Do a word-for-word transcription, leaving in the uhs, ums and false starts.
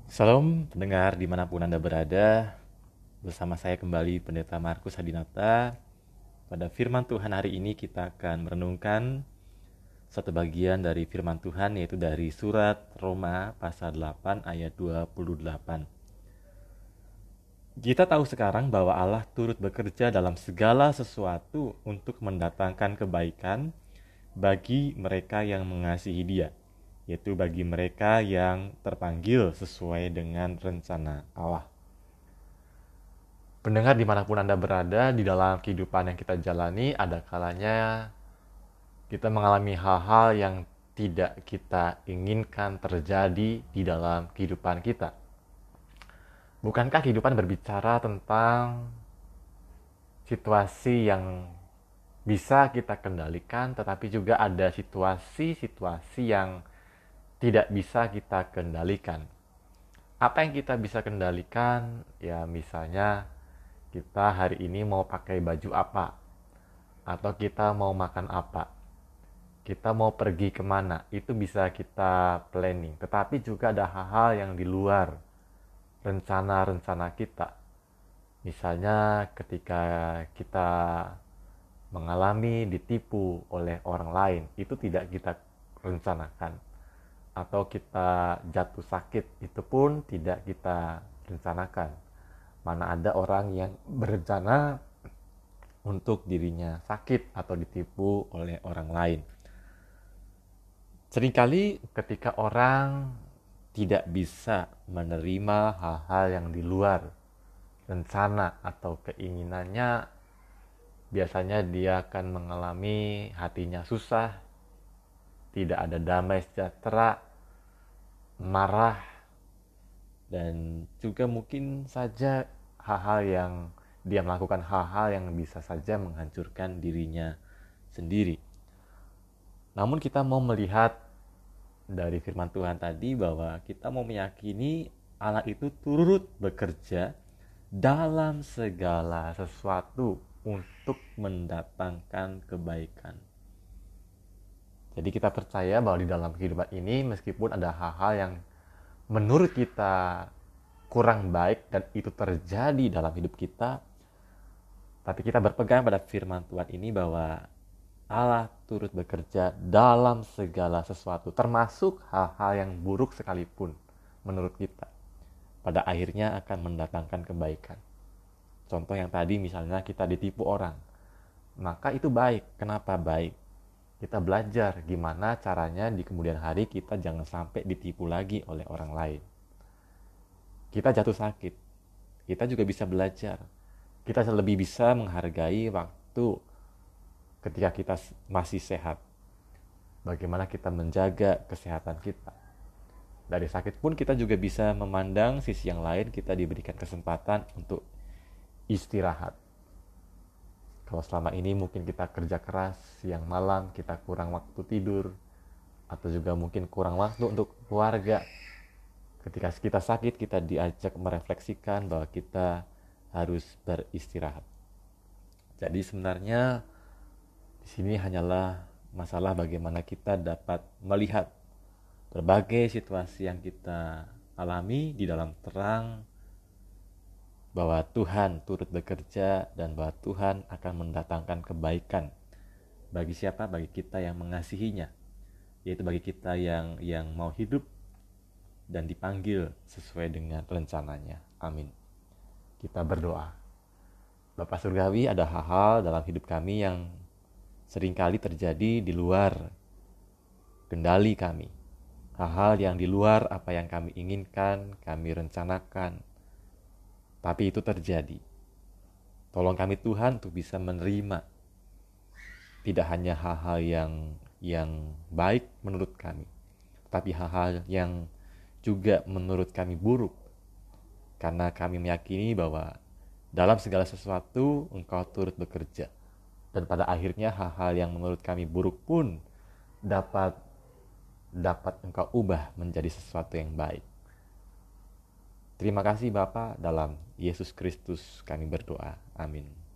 Salam pendengar dimanapun Anda berada. Bersama saya kembali Pendeta Markus Hadinata. Pada firman Tuhan hari ini kita akan merenungkan satu bagian dari firman Tuhan, yaitu dari surat Roma pasal delapan ayat dua puluh delapan. Kita tahu sekarang bahwa Allah turut bekerja dalam segala sesuatu untuk mendatangkan kebaikan bagi mereka yang mengasihi Dia, yaitu bagi mereka yang terpanggil sesuai dengan rencana Allah. Pendengar dimanapun Anda berada, di dalam kehidupan yang kita jalani, ada kalanya kita mengalami hal-hal yang tidak kita inginkan terjadi di dalam kehidupan kita. Bukankah kehidupan berbicara tentang situasi yang bisa kita kendalikan, tetapi juga ada situasi-situasi yang tidak bisa kita kendalikan. Apa yang kita bisa kendalikan? Ya misalnya kita hari ini mau pakai baju apa, atau kita mau makan apa, kita mau pergi kemana, itu bisa kita planning. Tetapi juga ada hal-hal yang di luar rencana-rencana kita. Misalnya ketika kita mengalami ditipu oleh orang lain, itu tidak kita rencanakan. Atau kita jatuh sakit, itu pun tidak kita rencanakan. Mana ada orang yang berencana untuk dirinya sakit atau ditipu oleh orang lain. Seringkali ketika orang tidak bisa menerima hal-hal yang di luar rencana atau keinginannya, biasanya dia akan mengalami hatinya susah, tidak ada damai sejahtera, marah, dan juga mungkin saja hal-hal yang dia melakukan hal-hal yang bisa saja menghancurkan dirinya sendiri. Namun kita mau melihat dari firman Tuhan tadi bahwa kita mau meyakini Allah itu turut bekerja dalam segala sesuatu untuk mendatangkan kebaikan. Jadi kita percaya bahwa di dalam kehidupan ini, meskipun ada hal-hal yang menurut kita kurang baik dan itu terjadi dalam hidup kita, tapi kita berpegang pada firman Tuhan ini bahwa Allah turut bekerja dalam segala sesuatu, termasuk hal-hal yang buruk sekalipun menurut kita, pada akhirnya akan mendatangkan kebaikan. Contoh yang tadi, misalnya kita ditipu orang, maka itu baik. Kenapa baik? Kita belajar gimana caranya di kemudian hari kita jangan sampai ditipu lagi oleh orang lain. Kita jatuh sakit, kita juga bisa belajar. Kita lebih bisa menghargai waktu ketika kita masih sehat. Bagaimana kita menjaga kesehatan kita. Dari sakit pun kita juga bisa memandang sisi yang lain, kita diberikan kesempatan untuk istirahat. Kalau selama ini mungkin kita kerja keras, siang malam kita kurang waktu tidur, atau juga mungkin kurang waktu untuk keluarga. Ketika kita sakit, kita diajak merefleksikan bahwa kita harus beristirahat. Jadi sebenarnya di sini hanyalah masalah bagaimana kita dapat melihat berbagai situasi yang kita alami di dalam terang, bahwa Tuhan turut bekerja dan bahwa Tuhan akan mendatangkan kebaikan bagi siapa? Bagi kita yang mengasihinya, yaitu bagi kita yang yang mau hidup dan dipanggil sesuai dengan rencananya. Amin. Kita berdoa. Bapa Surgawi, ada hal-hal dalam hidup kami yang seringkali terjadi di luar kendali kami. Hal-hal yang di luar apa yang kami inginkan, kami rencanakan. Tapi itu terjadi. Tolong kami Tuhan untuk bisa menerima tidak hanya hal-hal yang yang baik menurut kami, tapi hal-hal yang juga menurut kami buruk. Karena kami meyakini bahwa dalam segala sesuatu Engkau turut bekerja. Dan pada akhirnya hal-hal yang menurut kami buruk pun dapat dapat Engkau ubah menjadi sesuatu yang baik. Terima kasih Bapa, dalam Yesus Kristus kami berdoa. Amin.